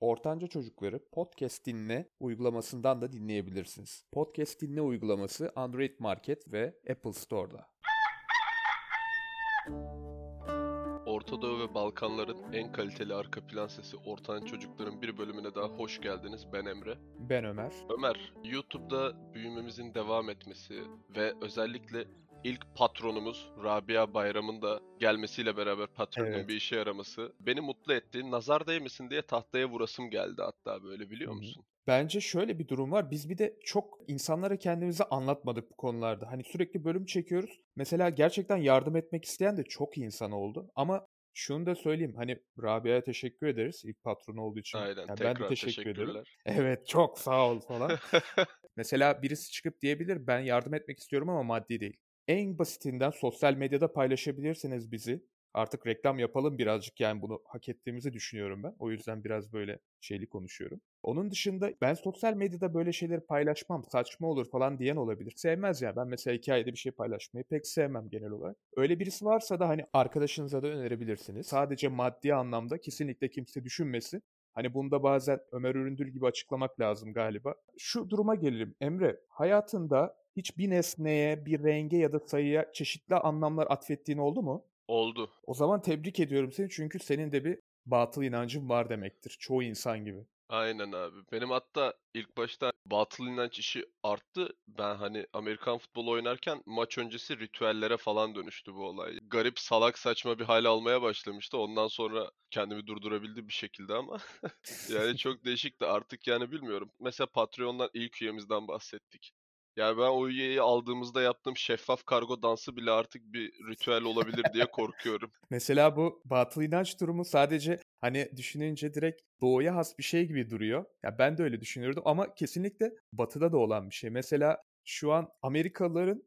Ortanca Çocukları Podcast Dinle uygulamasından da dinleyebilirsiniz. Podcast Dinle uygulaması Android Market ve Apple Store'da. Orta Doğu ve Balkanların en kaliteli arka plan sesi Ortanca Çocukların bir bölümüne daha hoş geldiniz. Ben Emre. Ben Ömer. Ömer, YouTube'da büyümemizin devam etmesi ve özellikle ilk patronumuz Rabia Bayram'ın da gelmesiyle beraber patronun Evet. bir işe yaraması beni mutlu etti. Nazar değmesin diye tahtaya vurasım geldi hatta böyle Hı biliyor hı. musun? Bence şöyle bir durum var. Biz bir de çok insanlara kendimizi anlatmadık bu konularda. Hani sürekli bölüm çekiyoruz. Mesela gerçekten yardım etmek isteyen de çok insan oldu. Ama şunu da söyleyeyim. Hani Rabia'ya teşekkür ederiz ilk patron olduğu için. Aynen, Yani ben de tekrar teşekkür ederim. teşekkürler. Evet, çok sağ ol falan. Mesela birisi çıkıp diyebilir ben yardım etmek istiyorum ama maddi değil. En basitinden sosyal medyada paylaşabilirsiniz bizi. Artık reklam yapalım birazcık yani bunu hak ettiğimizi düşünüyorum ben. O yüzden biraz böyle şeyli konuşuyorum. Onun dışında ben sosyal medyada böyle şeyleri paylaşmam, saçma olur falan diyen olabilir. Sevmez ya. Ben mesela hikayede bir şey paylaşmayı pek sevmem genel olarak. Öyle birisi varsa da hani arkadaşınıza da önerebilirsiniz. Sadece maddi anlamda kesinlikle kimse düşünmesin. Hani bunda bazen Ömer Üründül gibi açıklamak lazım galiba. Şu duruma gelelim. Emre, hayatında hiç bir nesneye, bir renge ya da sayıya çeşitli anlamlar atfettiğin oldu mu? Oldu. O zaman tebrik ediyorum seni çünkü senin de bir batıl inancın var demektir. Çoğu insan gibi. Aynen abi. Benim hatta ilk başta batıl inanç işi arttı. Ben hani Amerikan futbolu oynarken maç öncesi ritüellere falan dönüştü bu olay. Garip, salak, saçma bir hale almaya başlamıştı. Ondan sonra kendimi durdurabildim bir şekilde ama yani çok değişikti. Artık yani bilmiyorum. Mesela Patreon'dan ilk üyemizden bahsettik. Yani ben o üyeyi aldığımızda yaptığım şeffaf kargo dansı bile artık bir ritüel olabilir diye korkuyorum. Mesela bu batıl inanç durumu sadece hani düşününce direkt doğuya has bir şey gibi duruyor. Ya ben de öyle düşünürdüm ama kesinlikle batıda da olan bir şey. Mesela şu an Amerikalıların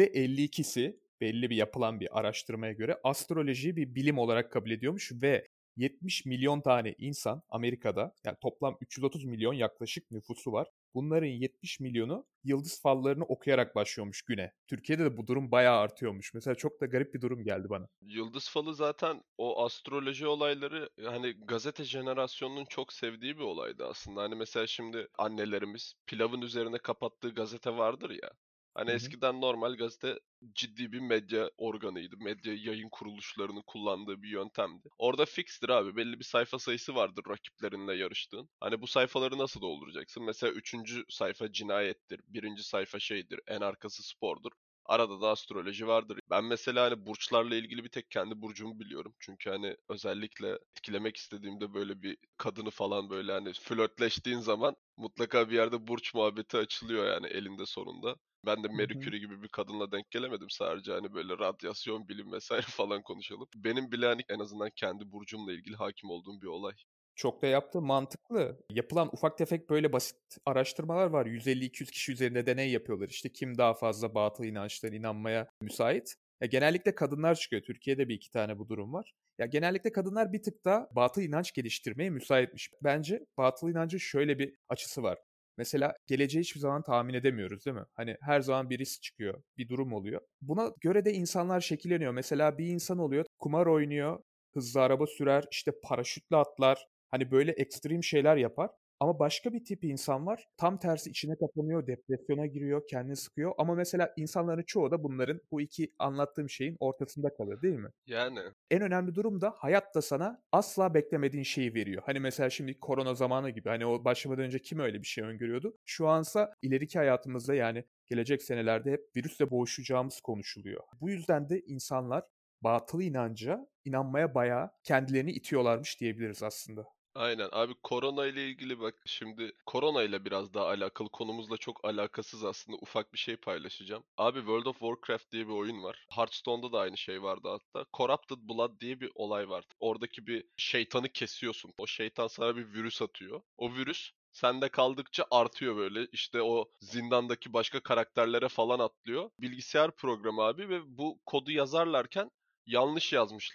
%52'si belli bir yapılan bir araştırmaya göre astrolojiyi bir bilim olarak kabul ediyormuş ve 70 milyon tane insan Amerika'da yani toplam 330 milyon yaklaşık nüfusu var. Bunların 70 milyonu yıldız fallarını okuyarak başlıyormuş güne. Türkiye'de de bu durum bayağı artıyormuş. Mesela çok da garip bir durum geldi bana. Yıldız falı zaten o astroloji olayları hani gazete jenerasyonunun çok sevdiği bir olaydı aslında. Hani mesela şimdi annelerimiz pilavın üzerine kapattığı gazete vardır ya. Hani Hı hı. eskiden normal gazete ciddi bir medya organıydı. Medya yayın kuruluşlarının kullandığı bir yöntemdi. Orada fikstir abi. Belli bir sayfa sayısı vardır rakiplerinle yarıştığın. Hani bu sayfaları nasıl dolduracaksın? Mesela üçüncü sayfa cinayettir. Birinci sayfa şeydir. En arkası spordur. Arada da astroloji vardır. Ben mesela hani burçlarla ilgili bir tek kendi burcumu biliyorum. Çünkü hani özellikle etkilemek istediğimde böyle bir kadını falan böyle hani flörtleştiğin zaman mutlaka bir yerde burç muhabbeti açılıyor yani elinde sonunda. Ben de Hı Marie hı. Curie gibi bir kadınla denk gelemedim. Sadece hani böyle radyasyon bilim vesaire falan konuşalım. Benim bile hani en azından kendi burcumla ilgili hakim olduğum bir olay. Çok da yaptığı mantıklı. Yapılan ufak tefek böyle basit araştırmalar var. 150-200 kişi üzerinde deney yapıyorlar. İşte kim daha fazla batıl inançlara inanmaya müsait. Genellikle kadınlar çıkıyor. Türkiye'de bir iki tane bu durum var. Ya genellikle kadınlar bir tık daha batıl inanç geliştirmeye müsaitmiş. Bence batıl inancın şöyle bir açısı var. Mesela geleceği hiçbir zaman tahmin edemiyoruz değil mi? Hani her zaman bir risk çıkıyor, bir durum oluyor. Buna göre de insanlar şekilleniyor. Mesela bir insan oluyor, kumar oynuyor, hızlı araba sürer, işte paraşütle atlar, hani böyle ekstrem şeyler yapar. Ama başka bir tip insan var. Tam tersi içine kapanıyor, depresyona giriyor, kendini sıkıyor. Ama mesela insanların çoğu da bunların bu iki anlattığım şeyin ortasında kalır değil mi? Yani En önemli durum da hayat da sana asla beklemediğin şeyi veriyor. Hani mesela şimdi korona zamanı gibi hani o başlamadan önce kim öyle bir şey öngörüyordu? Şu ansa ileriki hayatımızda yani gelecek senelerde hep virüsle boğuşacağımız konuşuluyor. Bu yüzden de insanlar batıl inanca inanmaya bayağı kendilerini itiyorlarmış diyebiliriz aslında. aynen abi, korona ile ilgili bak şimdi korona ile biraz daha alakalı, konumuzla çok alakasız aslında, ufak bir şey paylaşacağım. Abi World of Warcraft diye bir oyun var. Hearthstone'da da aynı şey vardı hatta. Corrupted Blood diye bir olay vardı. Oradaki bir şeytanı kesiyorsun. O şeytan sana bir virüs atıyor. O virüs sende kaldıkça artıyor böyle. İşte o zindandaki başka karakterlere falan atlıyor. Bilgisayar programı abi ve bu kodu yazarlarken yanlış yazmışlar.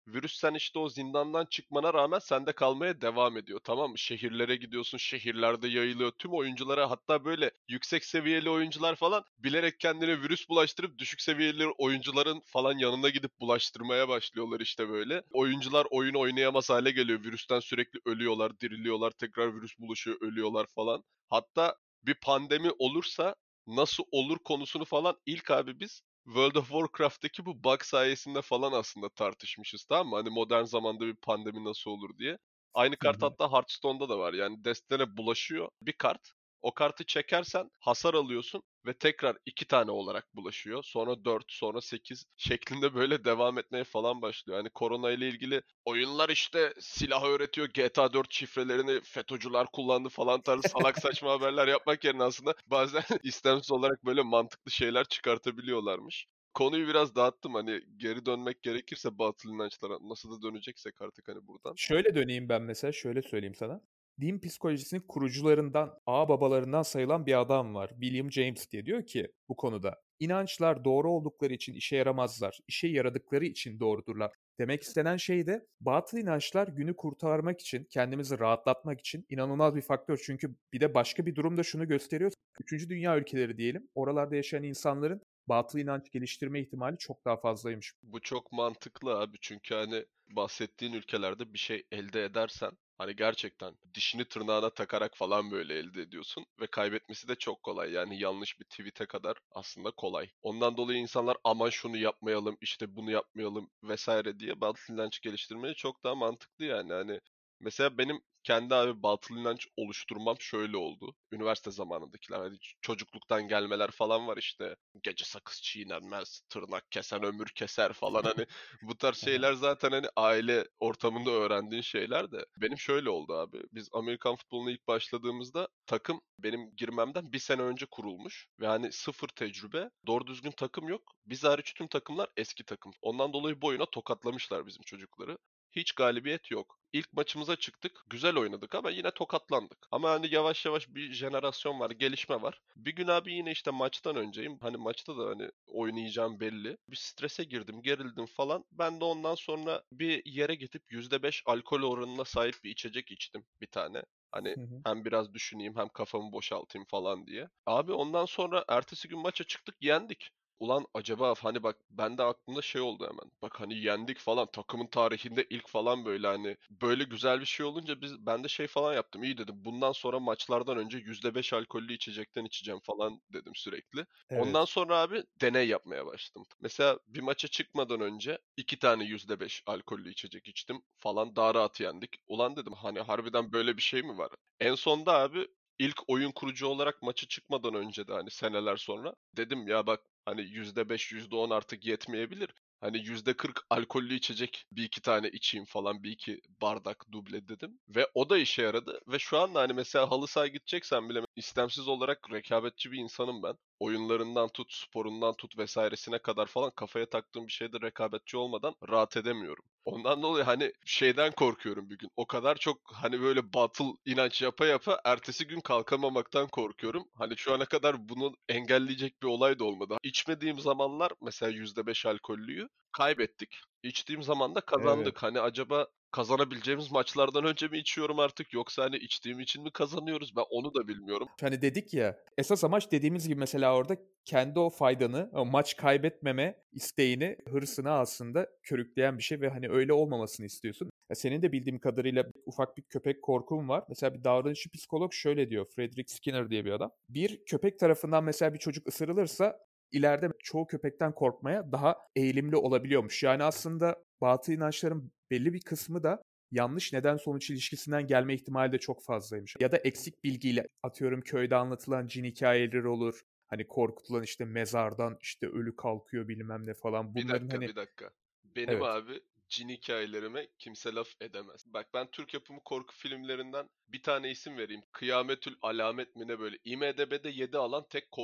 Virüs sen işte o zindandan çıkmana rağmen sende kalmaya devam ediyor, tamam mı? Şehirlere gidiyorsun, şehirlerde yayılıyor. Tüm oyunculara, hatta böyle yüksek seviyeli oyuncular falan bilerek kendine virüs bulaştırıp düşük seviyeli oyuncuların falan yanına gidip bulaştırmaya başlıyorlar işte böyle. Oyuncular oyunu oynayamaz hale geliyor. Virüsten sürekli ölüyorlar, diriliyorlar, tekrar virüs bulaşıyor, ölüyorlar falan. Hatta bir pandemi olursa nasıl olur konusunu falan ilk abi biz World of Warcraft'taki bu bug sayesinde falan aslında tartışmışız, tamam mı? Hani modern zamanda bir pandemi nasıl olur diye. Aynı Hı kart hı. hatta Hearthstone'da da var. Yani destene bulaşıyor bir kart. O kartı çekersen hasar alıyorsun ve tekrar 2 tane olarak bulaşıyor. Sonra 4, sonra 8 şeklinde böyle devam etmeye falan başlıyor. Hani korona ile ilgili oyunlar işte silah öğretiyor, GTA 4 şifrelerini FETÖ'cüler kullandı falan tarzı salak saçma haberler yapmak yerine aslında bazen istemsiz olarak böyle mantıklı şeyler çıkartabiliyorlarmış. Konuyu biraz dağıttım, hani geri dönmek gerekirse batıl inançlara nasıl da döneceksek artık hani buradan. Şöyle döneyim ben mesela, şöyle söyleyeyim sana. Din psikolojisinin kurucularından, ağababalarından sayılan bir adam var. William James diye, diyor ki bu konuda. İnançlar doğru oldukları için işe yaramazlar. İşe yaradıkları için doğrudurlar. Demek istenen şey de batıl inançlar günü kurtarmak için, kendimizi rahatlatmak için inanılmaz bir faktör. Çünkü bir de başka bir durum da şunu gösteriyor. Üçüncü dünya ülkeleri diyelim. Oralarda yaşayan insanların batıl inanç geliştirme ihtimali çok daha fazlaymış. Bu çok mantıklı abi, çünkü hani bahsettiğin ülkelerde bir şey elde edersen hani gerçekten dişini tırnağına takarak falan böyle elde ediyorsun ve kaybetmesi de çok kolay. Yani yanlış bir tweet'e kadar aslında kolay. Ondan dolayı insanlar aman şunu yapmayalım, işte bunu yapmayalım vesaire diye batıl inanç geliştirmeyi çok daha mantıklı yani. Hani mesela benim kendi abi batıl inanç oluşturmam şöyle oldu. Üniversite zamanındakiler, hani çocukluktan gelmeler falan var işte. Gece sakız çiğnenmez, tırnak kesen ömür keser falan, hani bu tarz Aha. şeyler zaten hani aile ortamında öğrendiğin şeyler de. Benim şöyle oldu abi. Biz Amerikan futboluna ilk başladığımızda takım benim girmemden bir sene önce kurulmuş. Ve hani sıfır tecrübe, doğru düzgün takım yok. Biz hariç tüm takımlar eski takım. Ondan dolayı bu oyuna tokatlamışlar bizim çocukları. Hiç galibiyet yok. İlk maçımıza çıktık. Güzel oynadık ama yine tokatlandık. Ama hani yavaş yavaş bir jenerasyon var, gelişme var. Bir gün abi yine işte maçtan önceyim. Hani maçta da hani oynayacağım belli. Bir strese girdim, gerildim falan. Ben de ondan sonra bir yere gidip %5 alkol oranına sahip bir içecek içtim bir tane. Hani Hı hı. hem biraz düşüneyim hem kafamı boşaltayım falan diye. Abi ondan sonra ertesi gün maça çıktık, yendik. Ulan acaba hani bak bende aklımda şey oldu hemen. Bak hani yendik falan, takımın tarihinde ilk falan, böyle hani böyle güzel bir şey olunca ben de şey falan yaptım. İyi dedim, bundan sonra maçlardan önce %5 alkollü içecekten içeceğim falan dedim sürekli. Ondan Evet. sonra abi deney yapmaya başladım. Mesela bir maça çıkmadan önce 2 tane %5 alkollü içecek içtim falan, daha rahat yendik. Ulan dedim hani harbiden böyle bir şey mi var? En sonda abi ilk oyun kurucu olarak maça çıkmadan önce de hani seneler sonra dedim ya bak, hani %5 %10 artık yetmeyebilir. Hani %40 alkollü içecek bir iki tane içeyim falan, bir iki bardak duble dedim. Ve o da işe yaradı. Ve şu anda hani mesela halı sahaya gideceksen bile istemsiz olarak rekabetçi bir insanım ben. Oyunlarından tut, sporundan tut vesairesine kadar falan kafaya taktığım bir şeyde rekabetçi olmadan rahat edemiyorum. Ondan dolayı hani şeyden korkuyorum bir gün. O kadar çok hani böyle batıl inanç yapa yapa ertesi gün kalkamamaktan korkuyorum. Hani şu ana kadar bunu engelleyecek bir olay da olmadı. İçmediğim zamanlar mesela %5 alkollüyü kaybettik. İçtiğim zaman da Evet. kazandık. Hani acaba kazanabileceğimiz maçlardan önce mi içiyorum artık, yoksa hani içtiğim için mi kazanıyoruz? Ben onu da bilmiyorum. Hani dedik ya, esas amaç dediğimiz gibi mesela orada kendi o faydanı, o maç kaybetmeme isteğini, hırsını aslında körükleyen bir şey ve hani öyle olmamasını istiyorsun. Ya senin de bildiğim kadarıyla ufak bir köpek korkun var. Mesela bir davranışçı psikolog şöyle diyor, Frederick Skinner diye bir adam. Bir köpek tarafından mesela bir çocuk ısırılırsa ileride çoğu köpekten korkmaya daha eğilimli olabiliyormuş. Yani aslında batıl inançların belli bir kısmı da yanlış neden sonuç ilişkisinden gelme ihtimali de çok fazlaymış. Ya da eksik bilgiyle, atıyorum köyde anlatılan cin hikayeleri olur. Hani korkutulan işte mezardan işte ölü kalkıyor bilmem ne falan. Bir Bunların dakika, hani bir dakika. Benim evet. abi cin hikayelerime kimse laf edemez. Bak ben Türk yapımı korku filmlerinden bir tane isim vereyim. Kıyametül Alamet mi ne böyle. IMDb'de 7 alan tek korku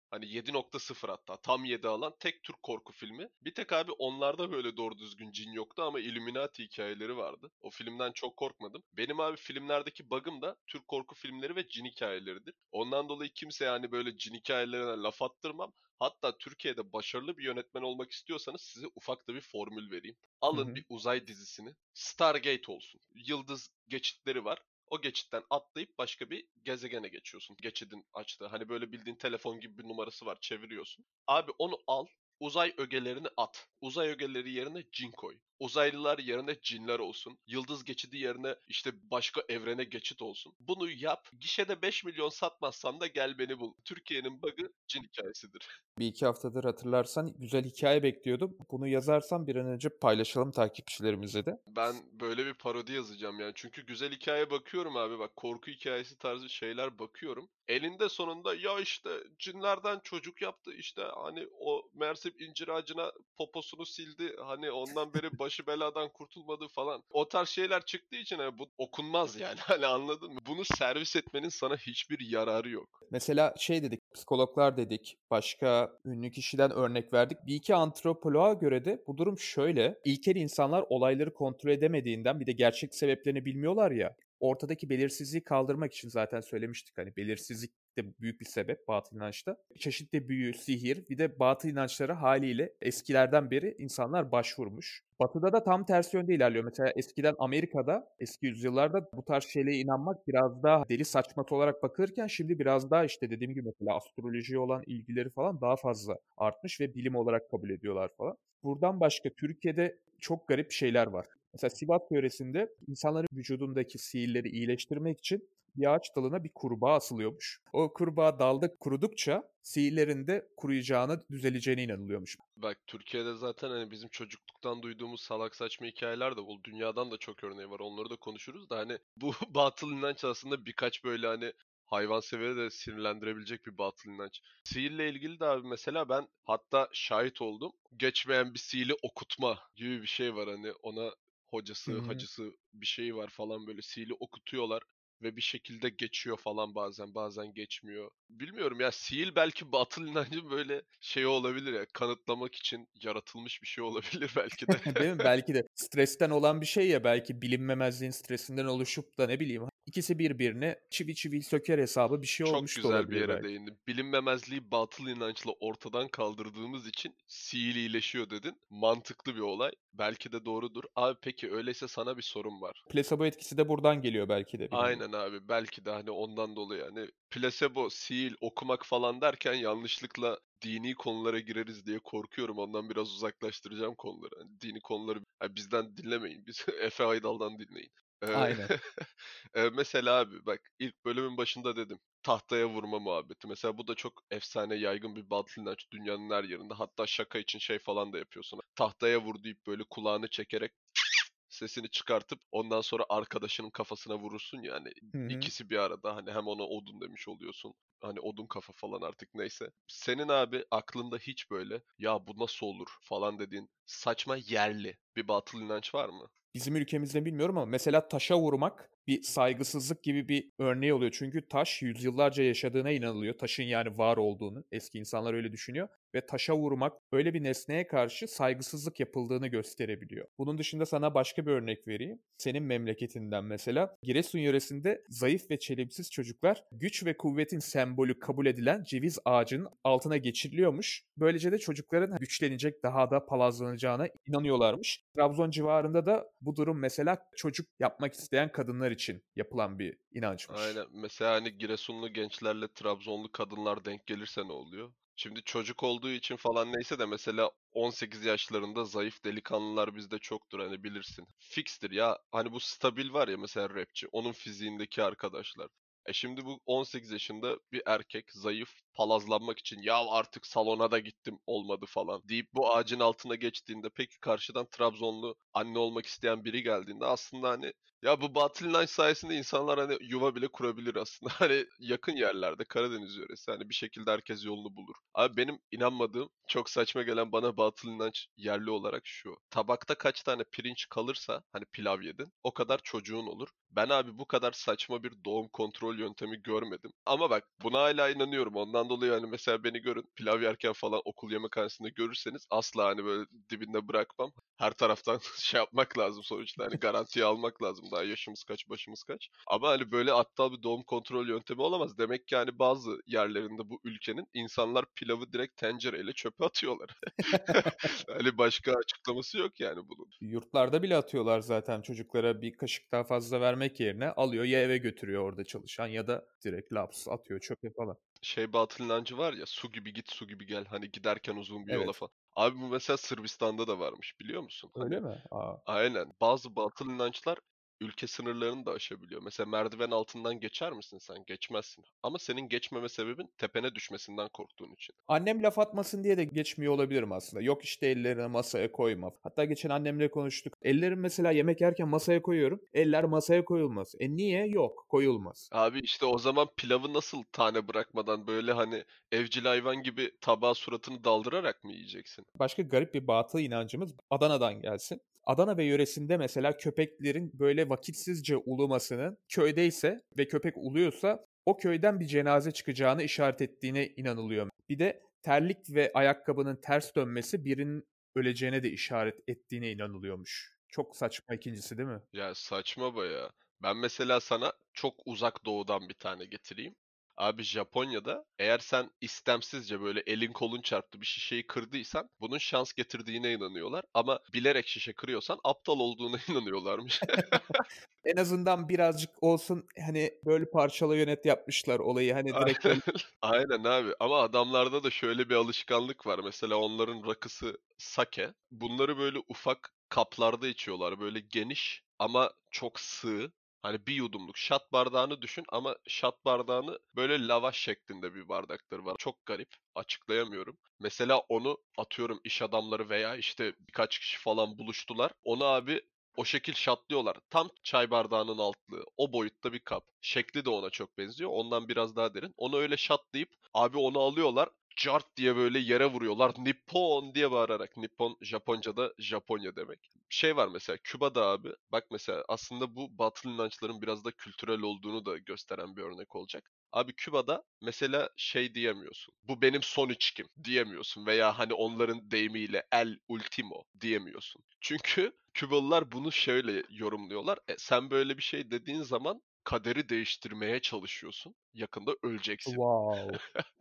Hani 7.0 hatta tam 7 alan tek Türk korku filmi. Bir tek abi onlarda böyle doğru düzgün cin yoktu ama Illuminati hikayeleri vardı. O filmden çok korkmadım. Benim abi filmlerdeki bug'ım da Türk korku filmleri ve cin hikayeleridir. Ondan dolayı kimse yani böyle cin hikayelerine laf attırmam. Hatta Türkiye'de başarılı bir yönetmen olmak istiyorsanız size ufak da bir formül vereyim. Hı Alın hı. bir uzay dizisini. Stargate olsun. Yıldız geçitleri var. O geçitten atlayıp başka bir gezegene geçiyorsun. Geçidin açtığı. Hani böyle bildiğin telefon gibi bir numarası var. Çeviriyorsun. Abi onu al. Uzay ögelerini at. Uzay ögeleri yerine cin koy. Uzaylılar yerine cinler olsun. Yıldız geçidi yerine işte başka evrene geçit olsun. Bunu yap. Gişede 5 milyon satmazsan da gel beni bul. Türkiye'nin bug'ı cin hikayesidir. Bir iki haftadır hatırlarsan güzel hikaye bekliyordum. Bunu yazarsam bir an önce paylaşalım takipçilerimize de. Ben böyle bir parodi yazacağım yani. Çünkü güzel hikaye bakıyorum abi bak korku hikayesi tarzı şeyler bakıyorum. Elinde sonunda ya işte cinlerden çocuk yaptı işte hani o Mersip incir ağacına poposunu sildi. Hani ondan beri başı beladan kurtulmadı falan. O tarz şeyler çıktığı için hani bu okunmaz yani. Hani anladın mı? Bunu servis etmenin sana hiçbir yararı yok. Mesela şey dedik, psikologlar dedik, başka ünlü kişiden örnek verdik. Bir iki antropoloğa göre de bu durum şöyle. İlkel insanlar olayları kontrol edemediğinden bir de gerçek sebeplerini bilmiyorlar ya. Ortadaki belirsizliği kaldırmak için zaten söylemiştik hani belirsizlik de büyük bir sebep batıl inançta. Çeşitli büyü, sihir bir de batıl inançlara haliyle eskilerden beri insanlar başvurmuş. Batı'da da tam tersi yönde ilerliyor. Mesela eskiden Amerika'da, eski yüzyıllarda bu tarz şeylere inanmak biraz daha deli saçması olarak bakılırken şimdi biraz daha işte dediğim gibi mesela astrolojiye olan ilgileri falan daha fazla artmış ve bilim olarak kabul ediyorlar falan. Buradan başka Türkiye'de çok garip şeyler var. Mesela Sivas yöresinde insanların vücudundaki sihirleri iyileştirmek için bir ağaç dalına bir kurbağa asılıyormuş. O kurbağa dalda kurudukça sihirlerin de kuruyacağına, düzeleceğine inanılıyormuş. Bak Türkiye'de zaten hani bizim çocukluktan duyduğumuz salak saçma hikayeler de bu. Dünyadan da çok örneği var. Onları da konuşuruz da hani bu batıl inanç aslında birkaç böyle hani hayvanseveri de sinirlendirebilecek bir batıl inanç. Sihirle ilgili de abi mesela ben hatta şahit oldum. Geçmeyen bir sihirli okutma gibi bir şey var hani ona Hı hocası, hı. hacısı bir şey var falan böyle sihirli okutuyorlar ve bir şekilde geçiyor falan bazen geçmiyor. Bilmiyorum ya sihir belki batıl inancın böyle şey olabilir ya kanıtlamak için yaratılmış bir şey olabilir belki de. Değil mi? Belki de stresten olan bir şey ya belki bilinmemezliğin stresinden oluşup da ne bileyim ikisi birbirine çivi çivi söker hesabı bir şey Çok olmuş da güzel bir olabilir yere belki. değindin. Bilinmemezliği batıl inançla ortadan kaldırdığımız için sihir iyileşiyor dedin. Mantıklı bir olay. Belki de doğrudur. Abi peki öyleyse sana bir sorum var. Plasebo etkisi de buradan geliyor belki de bir nevi. Aynen abi. Belki de hani ondan dolayı hani plasebo, sihir, okumak falan derken yanlışlıkla dini konulara gireriz diye korkuyorum. Ondan biraz uzaklaştıracağım konuları. Hani dini konuları bizden dinlemeyin. Biz Efe Aydal'dan dinleyin. Eee, Aynen. mesela abi bak ilk bölümün başında dedim. Tahtaya vurma muhabbeti. Mesela bu da çok efsane yaygın bir batıl inanç dünyanın her yerinde. Hatta şaka için şey falan da yapıyorsun. Tahtaya vur deyip böyle kulağını çekerek sesini çıkartıp ondan sonra arkadaşının kafasına vurursun ya hani Hı hı. ikisi bir arada hani hem ona odun demiş oluyorsun. Hani odun kafa falan artık neyse. Senin abi aklında hiç böyle ya bu nasıl olur falan dediğin saçma yerli bir batıl inanç var mı? Bizim ülkemizde bilmiyorum ama mesela taşa vurmak bir saygısızlık gibi bir örneği oluyor. Çünkü taş yüzyıllarca yaşadığına inanılıyor. Taşın yani var olduğunu eski insanlar öyle düşünüyor. Ve taşa vurmak öyle bir nesneye karşı saygısızlık yapıldığını gösterebiliyor. Bunun dışında sana başka bir örnek vereyim. Senin memleketinden mesela Giresun yöresinde zayıf ve çelimsiz çocuklar güç ve kuvvetin sembolü kabul edilen ceviz ağacının altına geçiriliyormuş. Böylece de çocukların güçlenecek, daha da palazlanacağına inanıyorlarmış. Trabzon civarında da bu durum mesela çocuk yapmak isteyen kadınlar için yapılan bir inançmış. Aynen. Mesela hani Giresunlu gençlerle Trabzonlu kadınlar denk gelirse ne oluyor? Şimdi çocuk olduğu için falan neyse de mesela 18 yaşlarında zayıf delikanlılar bizde çoktur hani bilirsin. Fikstir ya. Hani bu stabil var ya mesela rapçi. Onun fiziğindeki arkadaşlar. Şimdi bu 18 yaşında bir erkek zayıf palazlanmak için ya artık salona da gittim olmadı falan deyip bu ağacın altına geçtiğinde peki karşıdan Trabzonlu anne olmak isteyen biri geldiğinde aslında hani Ya, bu batıl inanç sayesinde insanlar, hani, yuva bile kurabilir aslında. Hani, yakın yerlerde, Karadeniz yöresi, hani, bir şekilde herkes yolunu bulur. Abi benim inanmadığım, çok saçma gelen bana batıl inanç yerli olarak şu: tabakta kaç tane pirinç kalırsa, hani, pilav yedin, o kadar çocuğun olur. Ben abi bu kadar saçma bir doğum kontrol yöntemi görmedim. Ama bak, buna hâlâ inanıyorum. Ondan dolayı, hani, mesela beni görün, pilav yerken falan okul yemekhanesinde görürseniz asla, hani, böyle dibinde bırakmam. Her taraftan şey yapmak lazım sonuçta, hani, garantiye almak lazım. Daha yaşımız kaç, başımız kaç. Ama, hani, böyle aptal bir doğum kontrol yöntemi olamaz. Demek ki, hani, bazı yerlerinde bu ülkenin insanlar pilavı direkt tencereyle çöpe atıyorlar. Hani, başka açıklaması yok yani bunun. Yurtlarda bile atıyorlar zaten çocuklara bir kaşık daha fazla vermek yerine alıyor ya eve götürüyor orada çalışan ya da direkt laps atıyor çöpe falan. Şey batıl inancı var ya, "Su gibi git, su gibi gel." Hani, giderken uzun bir yola Evet. falan. Abi bu mesela Sırbistan'da da varmış biliyor musun? Öyle Hani, mi? A! aynen. Bazı batıl inançlar ülke sınırlarını da aşabiliyor. Mesela merdiven altından geçer misin sen? Geçmezsin. Ama senin geçmeme sebebin tepene düşmesinden korktuğun için. Annem laf atmasın diye de geçmiyor olabilirim aslında. Yok işte ellerini masaya koyma. Hatta geçen annemle konuştuk. Ellerimi mesela yemek yerken masaya koyuyorum. Eller masaya koyulmaz. Niye? Yok, koyulmaz. Abi, işte, o zaman pilavı nasıl tane bırakmadan, böyle, hani, evcil hayvan gibi tabağa suratını daldırarak mı yiyeceksin? Başka garip bir batıl inancımız Adana'dan gelsin. Adana ve yöresinde mesela köpeklerin böyle vakitsizce ulumasının köydeyse ve köpek uluyorsa o köyden bir cenaze çıkacağını işaret ettiğine inanılıyor. Bir de terlik ve ayakkabının ters dönmesi birinin öleceğine de işaret ettiğine inanılıyormuş. Çok saçma ikincisi değil mi? Ya, saçma bayağı. Ben mesela sana çok Uzak Doğu'dan bir tane getireyim. Abi Japonya'da eğer sen istemsizce, böyle, elin kolun çarptı, bir şişeyi kırdıysan bunun şans getirdiğine inanıyorlar ama bilerek şişe kırıyorsan aptal olduğuna inanıyorlarmış. En azından birazcık olsun hani böyle parçala yönet yapmışlar olayı. Hani direkt Aynen. böyle Aynen abi ama adamlarda da şöyle bir alışkanlık var. Mesela onların rakısı sake. Bunları böyle ufak kaplarda içiyorlar. Böyle geniş ama çok sığ. Hani bir yudumluk şat bardağını düşün ama şat bardağını böyle lavaş şeklinde bir bardakları var. Çok garip. Açıklayamıyorum. Mesela onu atıyorum iş adamları veya işte birkaç kişi falan buluştular. Onu abi o şekil şatlıyorlar. Tam çay bardağının altlığı. O boyutta bir kap. Şekli de ona çok benziyor. Ondan biraz daha derin. Onu öyle şatlayıp abi onu alıyorlar. Cart diye böyle yere vuruyorlar. Nippon diye bağırarak. Nippon Japonca'da Japonya demek. Şey var mesela Küba'da abi. Bak mesela aslında bu batıl inançların biraz da kültürel olduğunu da gösteren bir örnek olacak. Abi Küba'da mesela şey diyemiyorsun. Bu benim son içkim diyemiyorsun veya hani onların deyimiyle el ultimo diyemiyorsun. Çünkü Kübalılar bunu şöyle yorumluyorlar. Sen böyle bir şey dediğin zaman kaderi değiştirmeye çalışıyorsun. Yakında öleceksin. wow.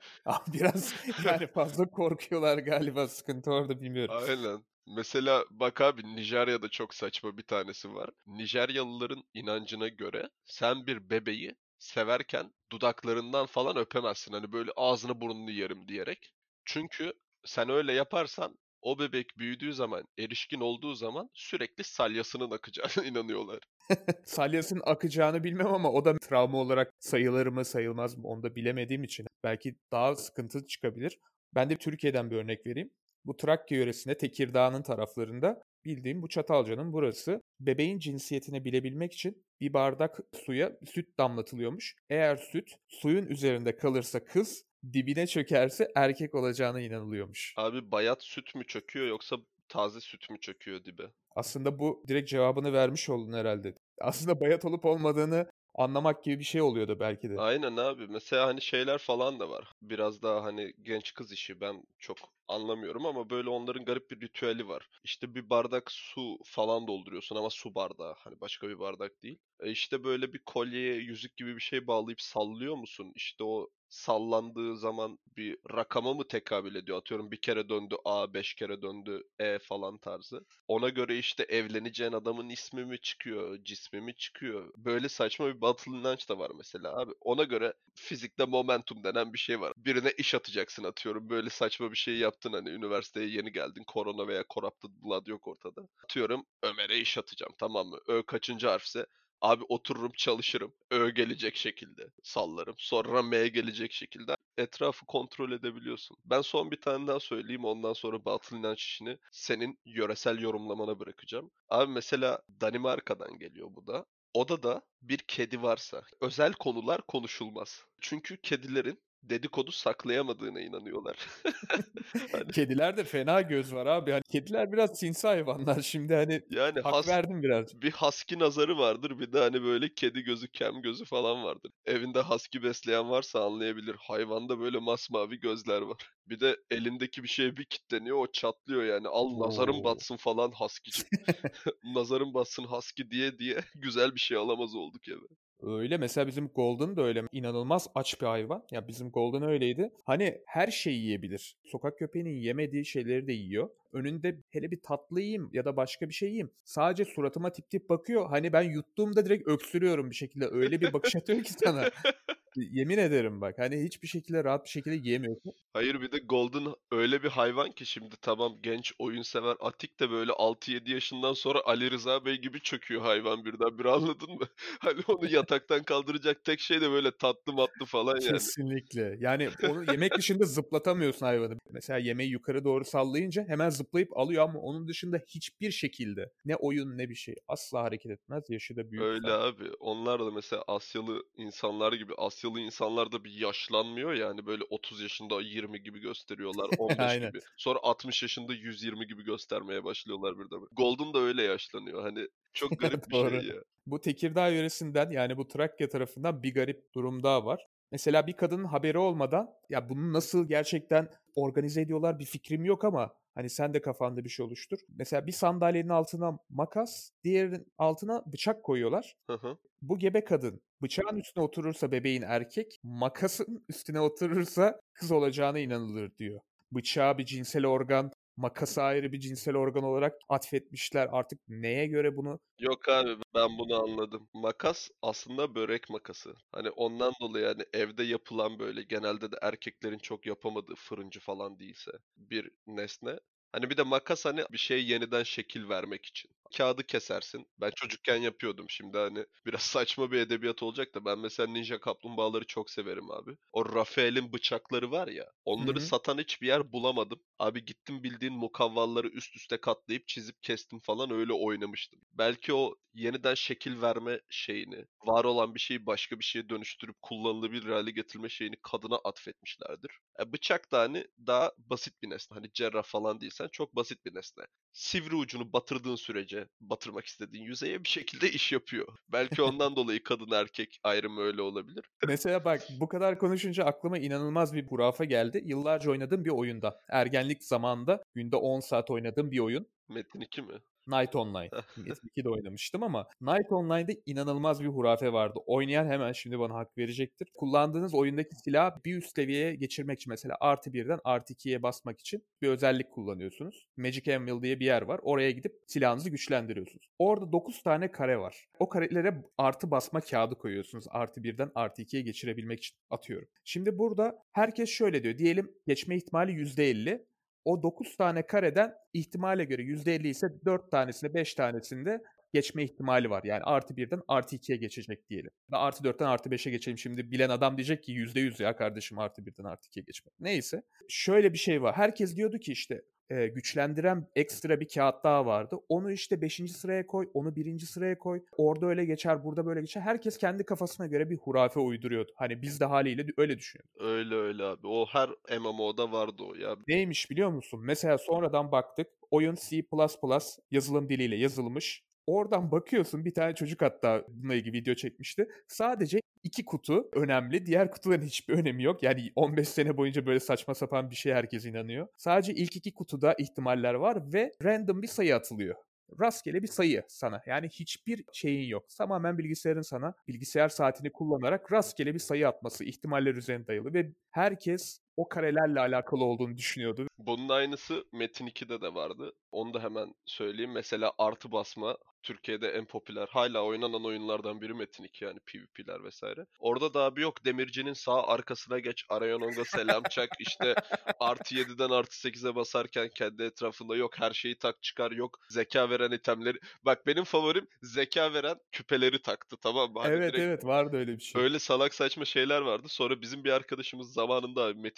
Biraz yani fazla korkuyorlar galiba sıkıntı orada bilmiyorum. Aynen. Mesela bak abi Nijerya'da çok saçma bir tanesi var. Nijeryalıların inancına göre sen bir bebeği severken dudaklarından falan öpemezsin. Hani böyle ağzını burnunu yerim diyerek. Çünkü sen öyle yaparsan o bebek büyüdüğü zaman, erişkin olduğu zaman sürekli salyasının akacağına inanıyorlar. Salyasının akacağını bilmem ama o da travma olarak sayılır mı sayılmaz mı onu da bilemediğim için belki daha sıkıntı çıkabilir. Ben de Türkiye'den bir örnek vereyim. Bu Trakya yöresinde Tekirdağ'ın taraflarında bildiğim bu Çatalca'nın burası. Bebeğin cinsiyetini bilebilmek için bir bardak suya süt damlatılıyormuş. Eğer süt suyun üzerinde kalırsa kız, dibine çökerse erkek olacağına inanılıyormuş. Abi bayat süt mü çöküyor yoksa taze süt mü çöküyor dibe? Aslında bu direkt cevabını vermiş oldun herhalde. Aslında bayat olup olmadığını anlamak gibi bir şey oluyordu belki de. Aynen abi. Mesela hani şeyler falan da var. Biraz daha hani genç kız işi ben çok anlamıyorum ama böyle onların garip bir ritüeli var. İşte bir bardak su falan dolduruyorsun ama su bardağı hani başka bir bardak değil. İşte böyle bir kolyeye yüzük gibi bir şey bağlayıp sallıyor musun? İşte o sallandığı zaman bir rakama mı tekabül ediyor? Atıyorum bir kere döndü A, 5 kere döndü E falan tarzı. Ona göre işte evleneceğin adamın ismi mi çıkıyor, cismi mi çıkıyor? Böyle saçma bir batıl inanç da var mesela abi. Ona göre fizikte momentum denen bir şey var. Birine iş atacaksın atıyorum. Böyle saçma bir şey yaptın hani üniversiteye yeni geldin. Korona veya corrupted blood yok ortada. Atıyorum Ömer'e iş atacağım tamam mı? Ö kaçıncı harfse abi otururum çalışırım. Ö gelecek şekilde sallarım. Sonra M gelecek şekilde etrafı kontrol edebiliyorsun. Ben son bir tane daha söyleyeyim ondan sonra batıl inanç işini senin yöresel yorumlamana bırakacağım. Abi mesela Danimarka'dan geliyor bu da. Odada bir kedi varsa özel konular konuşulmaz. Çünkü kedilerin dedikodu saklayamadığına inanıyorlar. Hani, Kedilerde fena göz var abi. Hani kediler biraz sinsi hayvanlar. Şimdi hani yani hak verdim biraz. bir husky nazarı vardır, bir de, hani, böyle kedi gözü, kem gözü falan vardır. Evinde husky besleyen varsa anlayabilir. Hayvanda böyle masmavi gözler var. Bir de elindeki bir şeye bir kilitleniyor, o çatlıyor yani. "Al nazarın Oo. batsın." falan husky'cim. "Nazarın batsın husky." diye diye güzel bir şey alamaz olduk eve. Öyle. Mesela bizim Golden da öyle. İnanılmaz aç bir hayvan. Ya bizim Golden öyleydi. Hani her şeyi yiyebilir. Sokak köpeğinin yemediği şeyleri de yiyor. Önünde hele bir tatlı yiyeyim ya da başka bir şey yiyeyim. Sadece suratıma tip tip bakıyor. Hani ben yuttuğumda direkt öksürüyorum bir şekilde. Öyle bir bakış atıyor ki sana. Yemin ederim bak. Hani hiçbir şekilde rahat bir şekilde yiyemiyorsun. Hayır, bir de Golden öyle bir hayvan ki şimdi tamam genç, oyunsever, atik de böyle 6-7 yaşından sonra Ali Rıza Bey gibi çöküyor hayvan birdenbire, anladın mı? Hani onu yataktan kaldıracak tek şey de böyle tatlı matlı falan yani. Kesinlikle. Yani onu yemek dışında zıplatamıyorsun hayvanı. Mesela yemeği yukarı doğru sallayınca hemen zıplayıp alıyor ama onun dışında hiçbir şekilde ne oyun ne bir şey asla hareket etmez. Yaşı da büyük Öyle zaten. abi. Onlar da mesela Asyalı insanlar gibi. Asyalı insanlar da bir yaşlanmıyor yani, böyle 30 yaşında 20 gibi gösteriyorlar, 15 Aynen. gibi. Sonra 60 yaşında 120 gibi göstermeye başlıyorlar birden. Golden da öyle yaşlanıyor. Hani çok garip bir şey Doğru. ya. Bu Tekirdağ yöresinden yani bu Trakya tarafından bir garip durum daha var. Mesela bir kadının haberi olmadan ya bunu nasıl gerçekten organize ediyorlar bir fikrim yok ama hani sen de kafanda bir şey oluştur. Mesela bir sandalyenin altına makas, diğerinin altına bıçak koyuyorlar. Hı hı. Bu gebe kadın bıçağın üstüne oturursa bebeğin erkek, makasın üstüne oturursa kız olacağına inanılır diyor. Bıçağı bir cinsel organ, makası ayrı bir cinsel organ olarak atfetmişler. Artık neye göre bunu Yok abi, ben bunu anladım. Makas aslında börek makası. Hani ondan dolayı, hani evde yapılan, böyle genelde de erkeklerin çok yapamadığı, fırıncı falan değilse bir nesne. Hani bir de makas, hani bir şeye yeniden şekil vermek için. Kağıdı kesersin. Ben çocukken yapıyordum. Şimdi hani biraz saçma bir edebiyat olacak da, ben mesela Ninja Kaplumbağaları çok severim abi. O Rafael'in bıçakları var ya, Hı onları hı. satan hiçbir yer bulamadım. Abi gittim, bildiğin mukavvaları üst üste katlayıp çizip kestim falan, öyle oynamıştım. Belki o yeniden şekil verme şeyini, var olan bir şeyi başka bir şeye dönüştürüp kullanılabilir hale getirme şeyini kadına atfetmişlerdir. Bıçak da hani daha basit bir nesne. Hani cerrah falan değilsen çok basit bir nesne. Sivri ucunu batırdığın sürece, batırmak istediğin yüzeye bir şekilde iş yapıyor. Belki ondan dolayı kadın erkek ayrımı öyle olabilir. Mesela bak bu kadar konuşunca aklıma inanılmaz bir hurafe geldi. Yıllarca oynadığım bir oyunda. Ergenlik zamanında günde 10 saat oynadığım bir oyun. Metin 2 mi? Knight Online. Metin 2'de oynamıştım ama Knight Online'da inanılmaz bir hurafe vardı. Oynayan hemen şimdi bana hak verecektir. Kullandığınız oyundaki silahı bir üst seviyeye geçirmek için mesela artı birden artı 2'ye basmak için bir özellik kullanıyorsunuz. Magic Anvil diye bir yer var. Oraya gidip silahınızı güçlendiriyorsunuz. Orada 9 tane kare var. O karelere artı basma kağıdı koyuyorsunuz. Artı birden artı 2'ye geçirebilmek için atıyorum. Şimdi burada herkes şöyle diyor. Diyelim geçme ihtimali %50. O 9 tane kareden ihtimale göre %50 ise 4 tanesinde 5 tanesinde geçme ihtimali var. Yani artı birden artı 2'ye geçecek diyelim. Ve artı 4'ten artı 5'e geçelim. Şimdi bilen adam diyecek ki %100 ya kardeşim artı birden artı 2'ye geçmek. Neyse. Şöyle bir şey var. Herkes diyordu ki işte güçlendiren ekstra bir kağıt daha vardı. Onu işte 5. sıraya koy, onu 1. sıraya koy. Orada öyle geçer, burada böyle geçer. Herkes kendi kafasına göre bir hurafe uyduruyordu. Hani biz de haliyle öyle düşünüyoruz. Öyle öyle abi. O her MMO'da vardı o ya. Neymiş biliyor musun? Mesela sonradan baktık. Oyun C++ yazılım diliyle yazılmış. Oradan bakıyorsun bir tane çocuk hatta bununla ilgili video çekmişti. Sadece 2 kutu önemli. Diğer kutuların hiçbir önemi yok. Yani 15 sene boyunca böyle saçma sapan bir şey herkes inanıyor. Sadece ilk 2 kutuda ihtimaller var ve random bir sayı atılıyor. Rastgele bir sayı sana. Yani hiçbir şeyin yok. Tamamen bilgisayarın sana bilgisayar saatini kullanarak rastgele bir sayı atması ihtimaller üzerine dayalı ve herkes o karelerle alakalı olduğunu düşünüyordu. Bunun aynısı Metin 2'de de vardı. Onu da hemen söyleyeyim. Mesela artı basma Türkiye'de en popüler, hala oynanan oyunlardan biri Metin 2, yani PvP'ler vesaire. Orada da abi yok, demircinin sağ arkasına geç, Arayonong'a selam çak, işte artı 7'den artı 8'e basarken kendi etrafında, yok her şeyi tak çıkar, yok zeka veren itemleri. Bak benim favorim zeka veren küpeleri taktı, tamam mı? Hani Evet direkt evet vardı öyle bir şey. öyle salak saçma şeyler vardı. Sonra bizim bir arkadaşımız zamanında abi Metin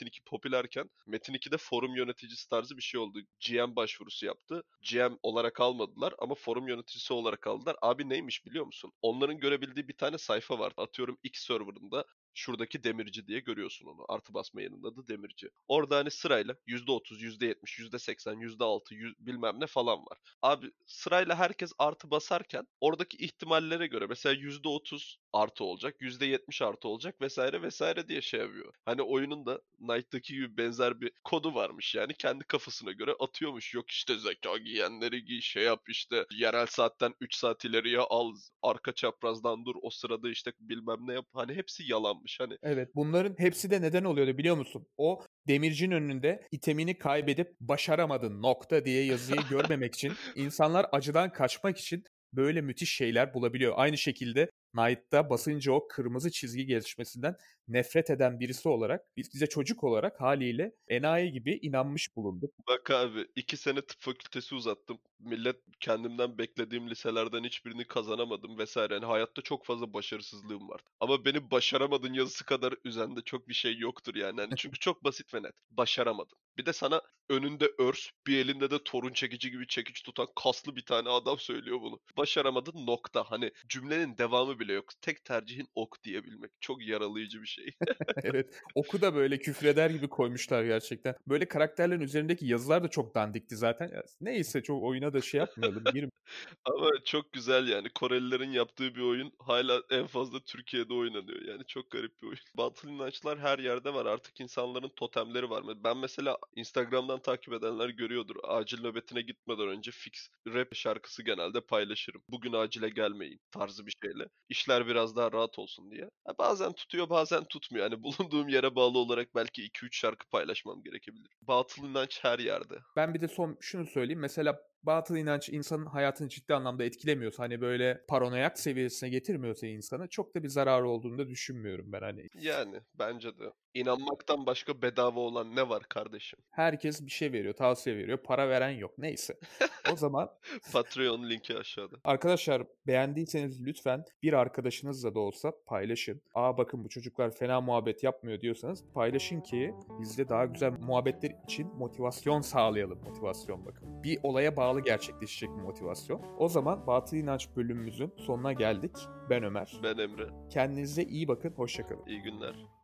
2 popülerken Metin 2'de forum yöneticisi tarzı bir şey oldu. GM başvurusu yaptı. GM olarak almadılar ama forum yöneticisi olarak aldılar. Abi neymiş biliyor musun? Onların görebildiği bir tane sayfa var. Atıyorum X serverında şuradaki demirci diye görüyorsun onu. Artı basma yanında da demirci. Orada hani sırayla %30, %70, %80, %6, bilmem ne falan var. Abi sırayla herkes artı basarken oradaki ihtimallere göre mesela %30 artı olacak, %70 artı olacak vesaire vesaire diye şey yapıyor. Hani oyunun da Knight'taki gibi benzer bir kodu varmış yani kendi kafasına göre atıyormuş. Yok işte zeka giyenleri giy şey yap işte yerel saatten 3 saat ileriye al arka çaprazdan dur o sırada işte bilmem ne yap. Hani hepsi yalanmış hani. Evet, bunların hepsi de neden oluyordu biliyor musun? O demircinin önünde itemini kaybedip başaramadın nokta diye yazıyı görmemek için insanlar acıdan kaçmak için böyle müthiş şeyler bulabiliyor. Aynı şekilde Knight'ta basınca o kırmızı çizgi gelişmesinden nefret eden birisi olarak biz de çocuk olarak haliyle enayi gibi inanmış bulunduk. Bak abi 2 sene tıp fakültesi uzattım. Millet kendimden beklediğim liselerden hiçbirini kazanamadım vesaire. Yani hayatta çok fazla başarısızlığım var. Ama beni başaramadın yazısı kadar üzen de çok bir şey yoktur yani. Hani çünkü çok basit ve net. Başaramadın. Bir de sana önünde örs, bir elinde de torun çekici gibi çekiç tutan kaslı bir tane adam söylüyor bunu. Başaramadın nokta. Hani cümlenin devamı bile yok. Tek tercihin ok diyebilmek. Çok yaralayıcı bir şey. Evet. Oku da böyle küfreder gibi koymuşlar gerçekten. Böyle karakterlerin üzerindeki yazılar da çok dandikti zaten. Ya neyse çok oyuna da şey yapmayalım. Ama çok güzel yani. Korelilerin yaptığı bir oyun hala en fazla Türkiye'de oynanıyor. Yani çok garip bir oyun. Batıl inançlar her yerde var. Artık insanların totemleri var. Ben mesela Instagram'dan takip edenler görüyordur. Acil nöbetine gitmeden önce fix rap şarkısı genelde paylaşırım. Bugün acile gelmeyin tarzı bir şeyle. İşler biraz daha rahat olsun diye. Bazen tutuyor bazen tutmuyor. Yani bulunduğum yere bağlı olarak belki 2-3 şarkı paylaşmam gerekebilir. Batıl inanç her yerde. Ben bir de son şunu söyleyeyim. Mesela batıl inanç insanın hayatını ciddi anlamda etkilemiyorsa, hani böyle paranoyak seviyesine getirmiyorsa insanı çok da bir zararı olduğunu da düşünmüyorum ben. Hani Yani bence de. İnanmaktan başka bedava olan ne var kardeşim? herkes bir şey veriyor, tavsiye veriyor. Para veren yok. Neyse. O zaman Patreon linki aşağıda. arkadaşlar beğendiyseniz lütfen bir arkadaşınızla da olsa paylaşın. Aa bakın bu çocuklar fena muhabbet yapmıyor diyorsanız paylaşın ki biz de daha güzel muhabbetler için motivasyon sağlayalım. Motivasyon bakın. Bir olaya bağlı gerçekleşecek bir motivasyon. O zaman Batıl İnanç bölümümüzün sonuna geldik. Ben Ömer. Ben Emre. Kendinize iyi bakın. Hoşça kalın. İyi günler.